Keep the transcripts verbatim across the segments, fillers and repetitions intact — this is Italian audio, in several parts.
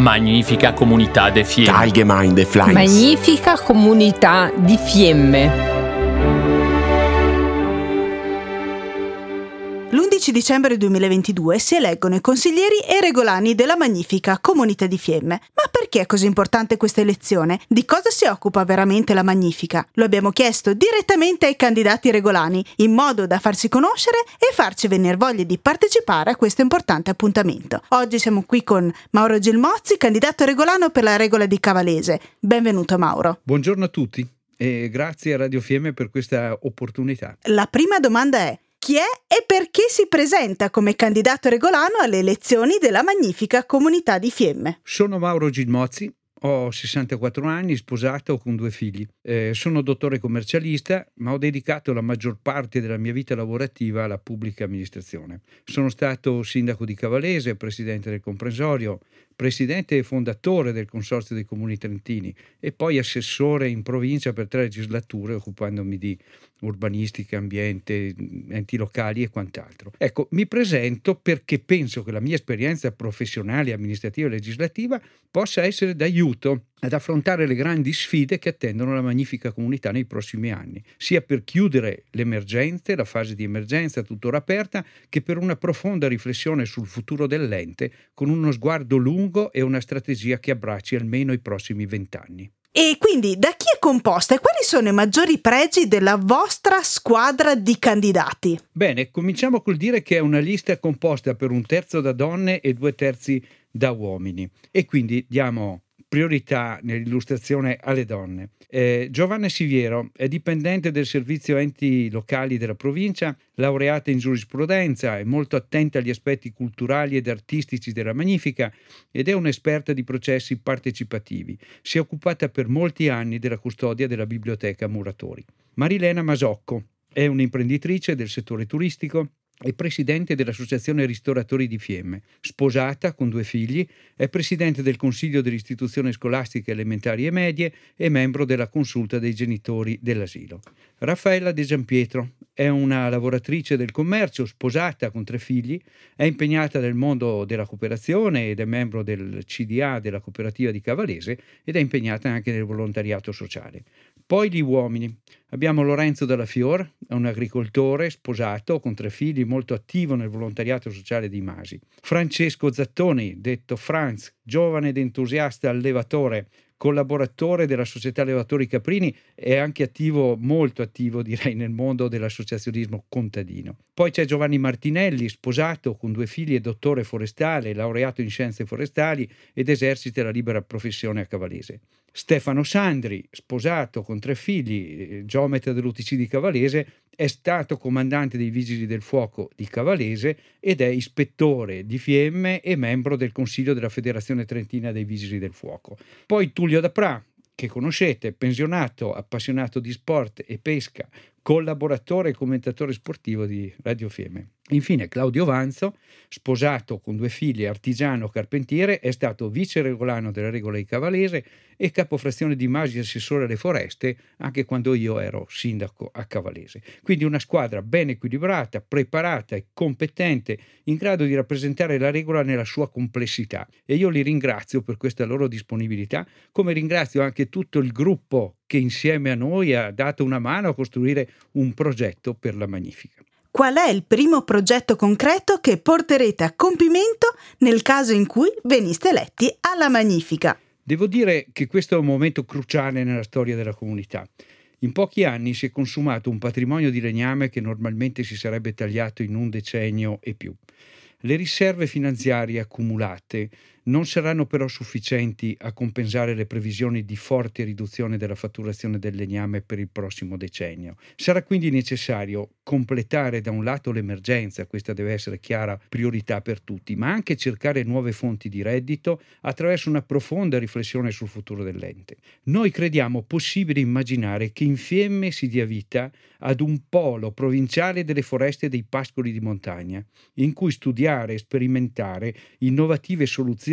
Magnifica comunità de Fiemme. Allgemeine Fleiß. Magnifica comunità di Fiemme. l'undici dicembre duemilaventidue si eleggono i consiglieri e regolani della Magnifica Comunità di Fiemme. Ma perché è così importante questa elezione? Di cosa si occupa veramente la Magnifica? Lo abbiamo chiesto direttamente ai candidati regolani, in modo da farsi conoscere e farci venire voglia di partecipare a questo importante appuntamento. Oggi siamo qui con Mauro Gelmozzi, candidato regolano per la regola di Cavalese. Benvenuto Mauro. Buongiorno a tutti e grazie a Radio Fiemme per questa opportunità. La prima domanda è: chi è e perché si presenta come candidato regolano alle elezioni della Magnifica Comunità di Fiemme? Sono Mauro Gelmozzi, ho sessantaquattro anni, sposato con due figli. Eh, sono dottore commercialista, ma ho dedicato la maggior parte della mia vita lavorativa alla pubblica amministrazione. Sono stato sindaco di Cavalese, presidente del comprensorio, presidente e fondatore del Consorzio dei Comuni Trentini e poi assessore in provincia per tre legislature, occupandomi di urbanistica, ambiente, enti locali e quant'altro. Ecco, mi presento perché penso che la mia esperienza professionale, amministrativa e legislativa possa essere d'aiuto ad affrontare le grandi sfide che attendono la Magnifica Comunità nei prossimi anni, sia per chiudere le emergenze, la fase di emergenza tuttora aperta, che per una profonda riflessione sul futuro dell'ente con uno sguardo lungo e una strategia che abbracci almeno i prossimi vent'anni. E quindi da chi è composta e quali sono i maggiori pregi della vostra squadra di candidati? Bene, cominciamo col dire che è una lista composta per un terzo da donne e due terzi da uomini e quindi diamo priorità nell'illustrazione alle donne. Eh, Giovanna Siviero è dipendente del servizio enti locali della provincia, laureata in giurisprudenza, è molto attenta agli aspetti culturali ed artistici della Magnifica ed è un'esperta di processi partecipativi. Si è occupata per molti anni della custodia della biblioteca Muratori. Marilena Masocco è un'imprenditrice del settore turistico è presidente dell'Associazione Ristoratori di Fiemme, sposata con due figli, è presidente del Consiglio delle istituzioni scolastiche elementari e medie e membro della consulta dei genitori dell'asilo. Raffaella De Giampietro è una lavoratrice del commercio, sposata con tre figli, è impegnata nel mondo della cooperazione ed è membro del C D A della cooperativa di Cavalese ed è impegnata anche nel volontariato sociale. Poi gli uomini. Abbiamo Lorenzo Dalla Fior, è un agricoltore sposato con tre figli, molto attivo nel volontariato sociale di Masi. Francesco Zattoni, detto Franz, giovane ed entusiasta allevatore, collaboratore della società Allevatori Caprini e anche attivo, molto attivo direi, nel mondo dell'associazionismo contadino. Poi c'è Giovanni Martinelli, sposato con due figli e dottore forestale, laureato in scienze forestali ed esercita la libera professione a Cavalese. Stefano Sandri, sposato con tre figli, geometra dell'U T C di Cavalese, è stato comandante dei Vigili del Fuoco di Cavalese ed è ispettore di Fiemme e membro del Consiglio della Federazione Trentina dei Vigili del Fuoco. Poi Tullio Dapra, che conoscete, pensionato, appassionato di sport e pesca, collaboratore e commentatore sportivo di Radio Fiemme. Infine Claudio Vanzo, sposato con due figli, artigiano carpentiere, è stato vice regolano della regola di Cavalese e capofrazione di Masi assessore alle foreste anche quando io ero sindaco a Cavalese. Quindi una squadra ben equilibrata, preparata e competente, in grado di rappresentare la regola nella sua complessità. E io li ringrazio per questa loro disponibilità, come ringrazio anche tutto il gruppo che insieme a noi ha dato una mano a costruire un progetto per la Magnifica. Qual è il primo progetto concreto che porterete a compimento nel caso in cui veniste eletti alla Magnifica? Devo dire che questo è un momento cruciale nella storia della comunità. In pochi anni si è consumato un patrimonio di legname che normalmente si sarebbe tagliato in un decennio e più. Le riserve finanziarie accumulate non saranno però sufficienti a compensare le previsioni di forte riduzione della fatturazione del legname per il prossimo decennio. Sarà quindi necessario completare da un lato l'emergenza, questa deve essere chiara priorità per tutti, ma anche cercare nuove fonti di reddito attraverso una profonda riflessione sul futuro dell'ente. Noi crediamo possibile immaginare che in Fiemme si dia vita ad un polo provinciale delle foreste e dei pascoli di montagna, in cui studiare e sperimentare innovative soluzioni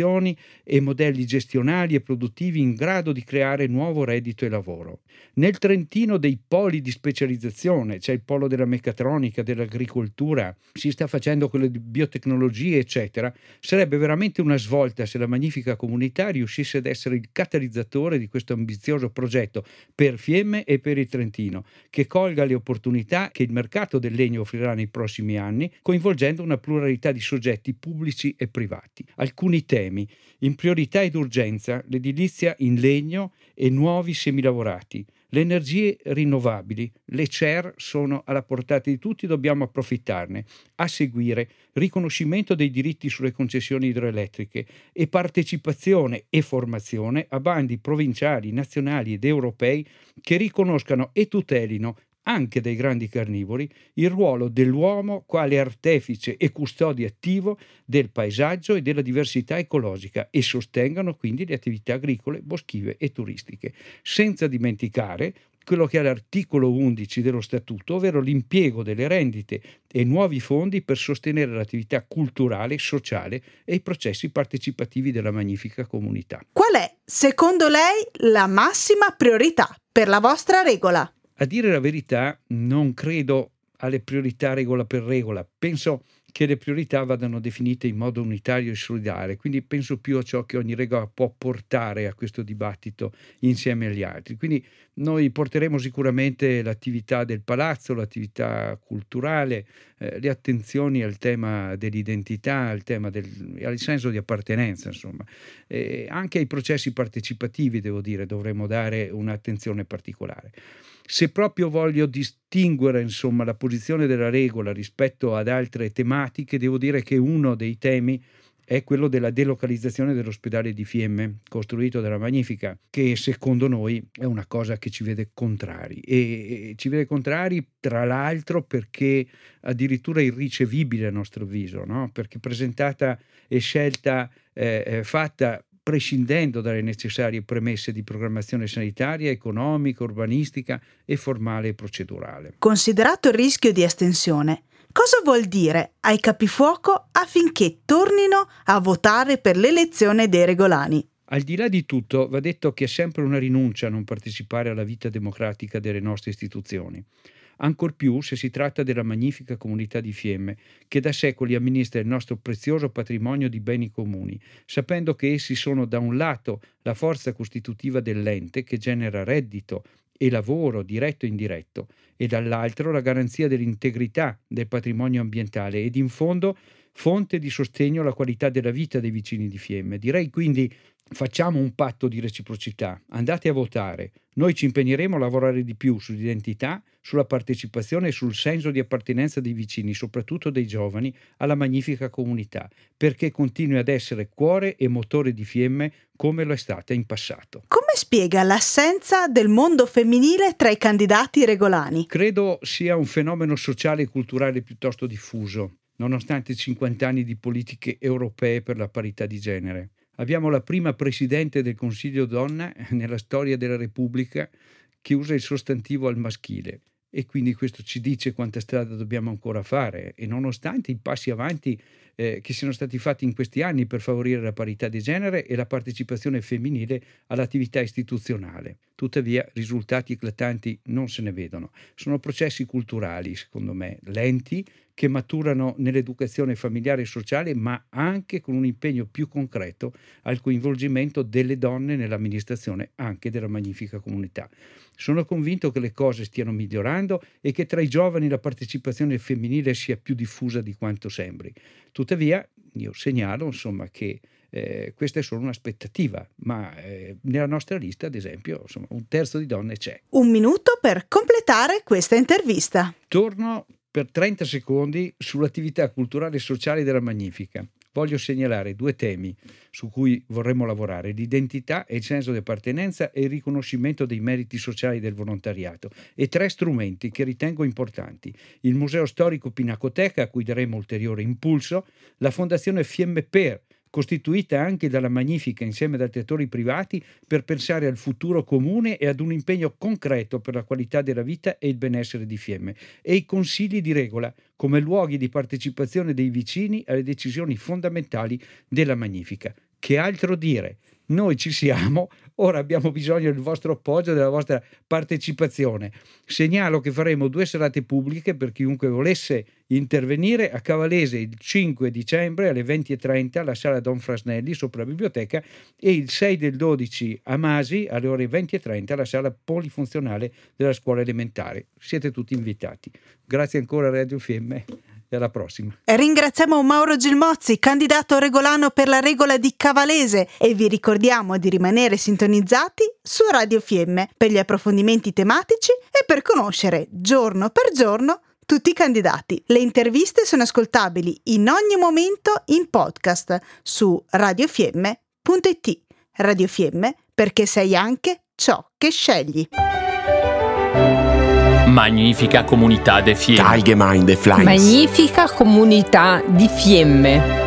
soluzioni e modelli gestionali e produttivi in grado di creare nuovo reddito e lavoro. Nel Trentino dei poli di specializzazione, c'è il polo della meccatronica, dell'agricoltura, si sta facendo quello di biotecnologie, eccetera. Sarebbe veramente una svolta se la Magnifica Comunità riuscisse ad essere il catalizzatore di questo ambizioso progetto per Fiemme e per il Trentino, che colga le opportunità che il mercato del legno offrirà nei prossimi anni, coinvolgendo una pluralità di soggetti pubblici e privati. Alcuni temi: in priorità ed urgenza l'edilizia in legno e nuovi semilavorati. Le energie rinnovabili, le C E R sono alla portata di tutti, dobbiamo approfittarne. A seguire, riconoscimento dei diritti sulle concessioni idroelettriche e partecipazione e formazione a bandi provinciali, nazionali ed europei che riconoscano e tutelino anche dai grandi carnivori il ruolo dell'uomo quale artefice e custode attivo del paesaggio e della diversità ecologica e sostengano quindi le attività agricole, boschive e turistiche, senza dimenticare quello che è l'articolo undici dello Statuto, ovvero l'impiego delle rendite e nuovi fondi per sostenere l'attività culturale, sociale e i processi partecipativi della Magnifica Comunità. Qual è, secondo lei, la massima priorità per la vostra regola? A dire la verità, non credo alle priorità regola per regola. Penso che le priorità vadano definite in modo unitario e solidale, quindi penso più a ciò che ogni regola può portare a questo dibattito insieme agli altri. Quindi noi porteremo sicuramente l'attività del palazzo, l'attività culturale, eh, le attenzioni al tema dell'identità, al tema del al senso di appartenenza, insomma. E anche ai processi partecipativi, devo dire, dovremo dare un'attenzione particolare. Se proprio voglio distinguere, insomma, la posizione della regola rispetto ad altre tematiche, devo dire che uno dei temi è quello della delocalizzazione dell'ospedale di Fiemme, costruito dalla Magnifica, che secondo noi è una cosa che ci vede contrari. E ci vede contrari, tra l'altro, perché addirittura irricevibile a nostro avviso, no? Perché presentata e scelta eh, fatta prescindendo dalle necessarie premesse di programmazione sanitaria, economica, urbanistica e formale e procedurale. Considerato il rischio di estensione, cosa vuol dire ai capifuoco affinché tornino a votare per l'elezione dei regolani? Al di là di tutto, va detto che è sempre una rinuncia a non partecipare alla vita democratica delle nostre istituzioni. Ancor più se si tratta della Magnifica Comunità di Fiemme, che da secoli amministra il nostro prezioso patrimonio di beni comuni, sapendo che essi sono da un lato la forza costitutiva dell'ente che genera reddito e lavoro diretto e indiretto, e dall'altro la garanzia dell'integrità del patrimonio ambientale ed in fondo fonte di sostegno alla qualità della vita dei vicini di Fiemme. Direi quindi: facciamo un patto di reciprocità, andate a votare, noi ci impegneremo a lavorare di più sull'identità, sulla partecipazione e sul senso di appartenenza dei vicini, soprattutto dei giovani, alla Magnifica Comunità, perché continui ad essere cuore e motore di Fiemme come lo è stata in passato. Come spiega l'assenza del mondo femminile tra i candidati regolani? Credo sia un fenomeno sociale e culturale piuttosto diffuso, nonostante cinquanta anni di politiche europee per la parità di genere. Abbiamo la prima presidente del Consiglio donna nella storia della Repubblica che usa il sostantivo al maschile, e quindi questo ci dice quanta strada dobbiamo ancora fare, e nonostante i passi avanti eh, che siano stati fatti in questi anni per favorire la parità di genere e la partecipazione femminile all'attività istituzionale. Tuttavia risultati eclatanti non se ne vedono. Sono processi culturali, secondo me, lenti, che maturano nell'educazione familiare e sociale, ma anche con un impegno più concreto al coinvolgimento delle donne nell'amministrazione anche della Magnifica Comunità. Sono convinto che le cose stiano migliorando e che tra i giovani la partecipazione femminile sia più diffusa di quanto sembri. Tuttavia, io segnalo, insomma, che eh, questa è solo un'aspettativa, ma eh, nella nostra lista, ad esempio, insomma, un terzo di donne c'è. Un minuto per completare questa intervista. Torno per trenta secondi sull'attività culturale e sociale della Magnifica. Voglio segnalare due temi su cui vorremmo lavorare: l'identità e il senso di appartenenza e il riconoscimento dei meriti sociali del volontariato, e tre strumenti che ritengo importanti: il Museo Storico Pinacoteca, a cui daremo ulteriore impulso, la Fondazione Fiemme Per, costituita anche dalla Magnifica insieme ad altri attori privati per pensare al futuro comune e ad un impegno concreto per la qualità della vita e il benessere di Fiemme, e i consigli di regola come luoghi di partecipazione dei vicini alle decisioni fondamentali della Magnifica. Che altro dire? Noi ci siamo, ora abbiamo bisogno del vostro appoggio, della vostra partecipazione. Segnalo che faremo due serate pubbliche per chiunque volesse intervenire a Cavalese il cinque dicembre alle venti e trenta alla sala Don Frasnelli sopra la biblioteca e il sei del dodici a Masi alle ore venti e trenta alla sala polifunzionale della scuola elementare. Siete tutti invitati. Grazie ancora a Radio Fiemme. E alla prossima. Ringraziamo Mauro Gelmozzi, candidato regolano per la regola di Cavalese, e vi ricordiamo di rimanere sintonizzati su Radio Fiemme per gli approfondimenti tematici e per conoscere giorno per giorno tutti i candidati. Le interviste sono ascoltabili in ogni momento in podcast su radiofiemme punto it. Radio Fiemme, perché sei anche ciò che scegli. Magnifica comunità de Fiemme. Magnifica comunità di Fiemme.